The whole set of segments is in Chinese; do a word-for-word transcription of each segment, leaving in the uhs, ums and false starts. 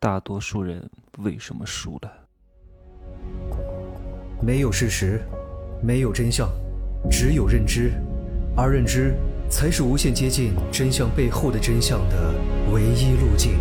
大多数人为什么输了？ 没有事实，没有真相，只有认知，而认知才是无限接近真相背后的真相的唯一路径。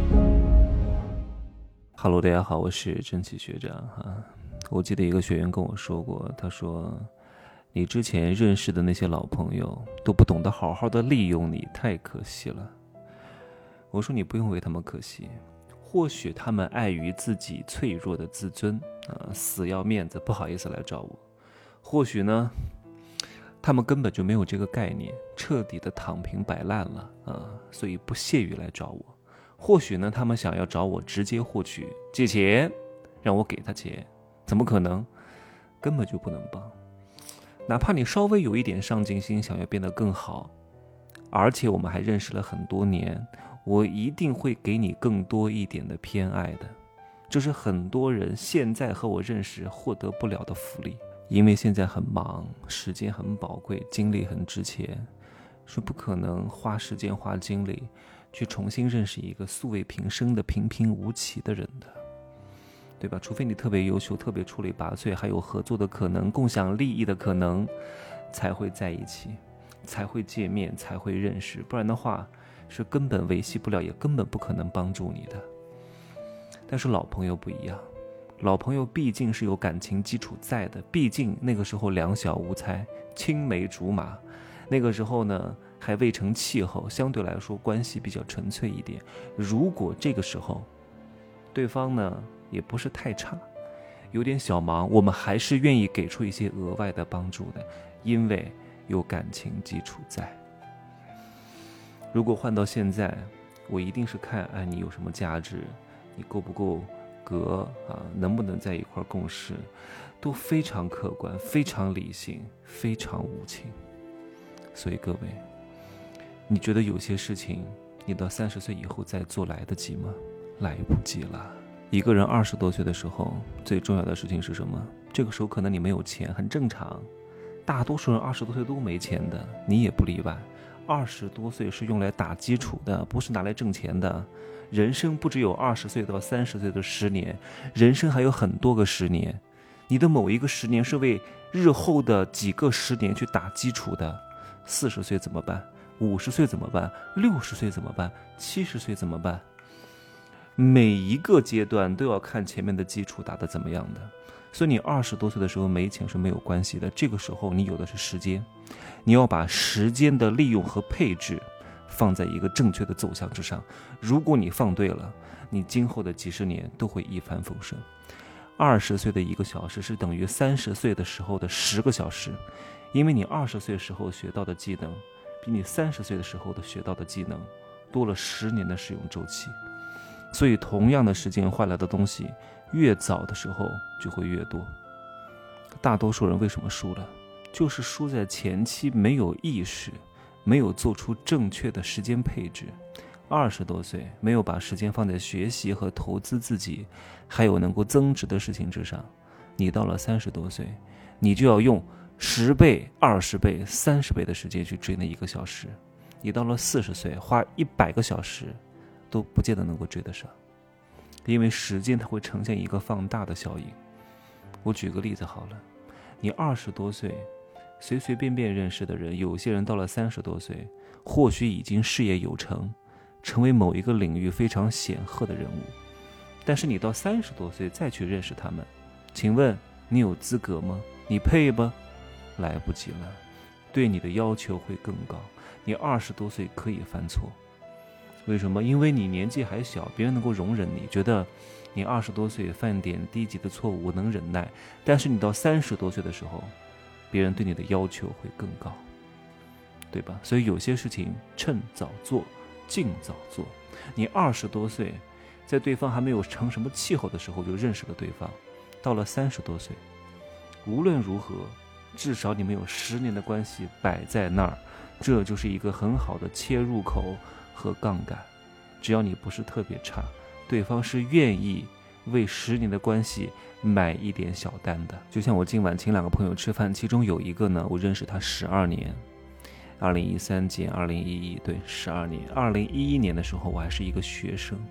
Hello， 大家好，我是真奇学长哈。我记得一个学员跟我说过，他说你之前认识的那些老朋友都不懂得好好的利用你，太可惜了。我说你不用为他们可惜，或许他们碍于自己脆弱的自尊啊，死要面子，不好意思来找我。或许呢，他们根本就没有这个概念，彻底的躺平摆烂了啊，所以不屑于来找我。或许呢，他们想要找我直接获取借钱，让我给他钱，怎么可能？根本就不能帮。哪怕你稍微有一点上进心，想要变得更好，而且我们还认识了很多年，我一定会给你更多一点的偏爱的。这是很多人现在和我认识获得不了的福利，因为现在很忙，时间很宝贵，精力很值钱，是不可能花时间花精力去重新认识一个素未平生的平平无奇的人的，对吧？除非你特别优秀，特别出类拔萃，还有合作的可能，共享利益的可能，才会在一起，才会见面，才会认识，不然的话是根本维系不了，也根本不可能帮助你的。但是老朋友不一样，老朋友毕竟是有感情基础在的，毕竟那个时候两小无猜，青梅竹马，那个时候呢还未成气候，相对来说关系比较纯粹一点。如果这个时候对方呢也不是太差，有点小忙，我们还是愿意给出一些额外的帮助的，因为有感情基础在。如果换到现在，我一定是看哎你有什么价值，你够不够格啊，能不能在一块共事，都非常客观，非常理性，非常无情。所以各位，你觉得有些事情你到三十岁以后再做来得及吗？来不及了。一个人二十多岁的时候，最重要的事情是什么？这个时候可能你没有钱，很正常，大多数人二十多岁都没钱的，你也不例外。二十多岁是用来打基础的，不是拿来挣钱的。人生不只有二十岁到三十岁的十年，人生还有很多个十年，你的某一个十年是为日后的几个十年去打基础的。四十岁怎么办？五十岁怎么办？六十岁怎么办？七十岁怎么办？每一个阶段都要看前面的基础打得怎么样的。所以你二十多岁的时候没钱是没有关系的，这个时候你有的是时间，你要把时间的利用和配置放在一个正确的走向之上。如果你放对了，你今后的几十年都会一帆风顺。二十岁的一个小时是等于三十岁的时候的十个小时，因为你二十岁时候学到的技能，比你三十岁的时候的学到的技能多了十年的使用周期。所以同样的时间换来的东西，越早的时候就会越多。大多数人为什么输了？就是输在前期没有意识，没有做出正确的时间配置。二十多岁没有把时间放在学习和投资自己还有能够增值的事情之上，你到了三十多岁，你就要用十倍、二十倍、三十倍的时间去追那一个小时。你到了四十岁，花一百个小时都不见得能够追得上，因为时间它会呈现一个放大的效应。我举个例子好了，你二十多岁随随便便认识的人，有些人到了三十多岁，或许已经事业有成，成为某一个领域非常显赫的人物。但是你到三十多岁再去认识他们，请问你有资格吗？你配吗？来不及了，对你的要求会更高。你二十多岁可以犯错，为什么？因为你年纪还小，别人能够容忍你，觉得你二十多岁犯点低级的错误能忍耐。但是你到三十多岁的时候，别人对你的要求会更高，对吧？所以有些事情趁早做，尽早做。你二十多岁，在对方还没有成什么气候的时候就认识了对方，到了三十多岁，无论如何，至少你们有十年的关系摆在那儿，这就是一个很好的切入口和杠杆。只要你不是特别差，对方是愿意为十年的关系买一点小单的。就像我今晚请两个朋友吃饭，其中有一个呢，我认识他十二年，二零一三减二零一一，对，十二年。二零一一年的时候我还是一个学生，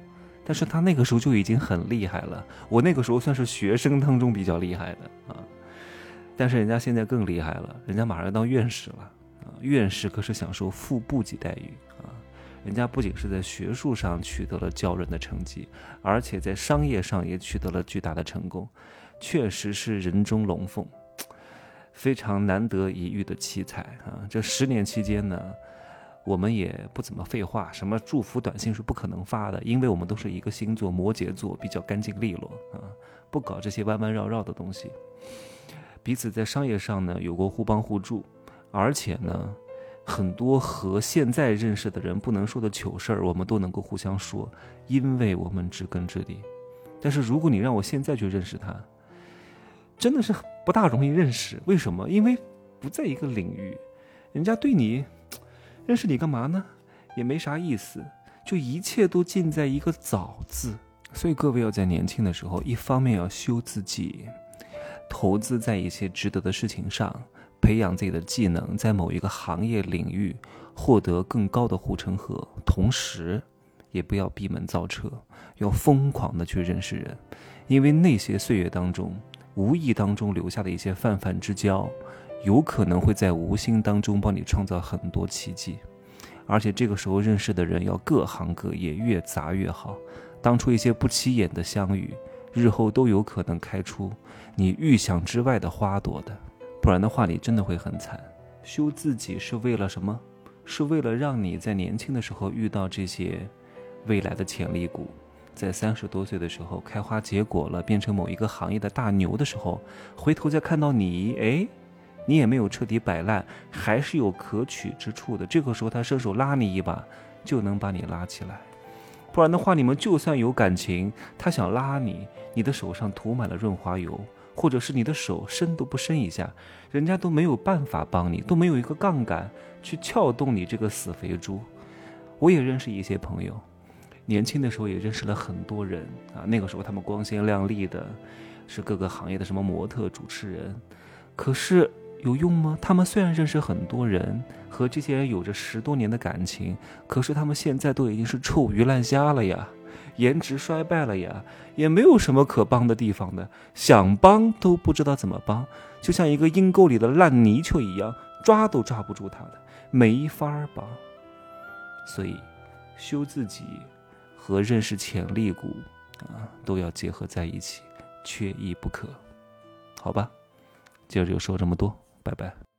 但是他那个时候就已经很厉害了，我那个时候算是学生当中比较厉害的啊。但是人家现在更厉害了，人家马上要当院士了啊！院士可是享受副部级待遇啊！人家不仅是在学术上取得了骄人的成绩，而且在商业上也取得了巨大的成功，确实是人中龙凤，非常难得一遇的奇才啊！这十年期间呢，我们也不怎么废话，什么祝福短信是不可能发的，因为我们都是一个星座摩羯座，比较干净利落啊，不搞这些弯弯绕绕的东西。彼此在商业上呢有过互帮互助，而且呢很多和现在认识的人不能说的糗事儿，我们都能够互相说，因为我们知根知底。但是如果你让我现在去认识他，真的是不大容易认识。为什么？因为不在一个领域，人家对你认识你干嘛呢？也没啥意思，就一切都尽在一个早字。所以各位要在年轻的时候，一方面要修自己，投资在一些值得的事情上，培养自己的技能，在某一个行业领域获得更高的护城河，同时也不要闭门造车，要疯狂的去认识人，因为那些岁月当中无意当中留下的一些泛泛之交，有可能会在无形当中帮你创造很多奇迹。而且这个时候认识的人要各行各业，越杂越好，当初一些不起眼的相遇，日后都有可能开出你预想之外的花朵的，不然的话你真的会很惨。修自己是为了什么？是为了让你在年轻的时候遇到这些未来的潜力股，在三十多岁的时候开花结果了，变成某一个行业的大牛的时候，回头再看到你，哎，你也没有彻底摆烂，还是有可取之处的。这个时候他伸手拉你一把，就能把你拉起来。不然的话，你们就算有感情，他想拉你，你的手上涂满了润滑油，或者是你的手伸都不伸一下，人家都没有办法帮你，都没有一个杠杆去撬动你这个死肥猪。我也认识一些朋友，年轻的时候也认识了很多人啊，那个时候他们光鲜亮丽的，是各个行业的什么模特、主持人，可是有用吗？他们虽然认识很多人，和这些人有着十多年的感情，可是他们现在都已经是臭鱼烂虾了呀，颜值衰败了呀，也没有什么可帮的地方的，想帮都不知道怎么帮，就像一个阴沟里的烂泥鳅一样，抓都抓不住他的，没法帮。所以修自己和认识潜力股啊，都要结合在一起，缺一不可。好吧，今儿就说这么多，拜拜。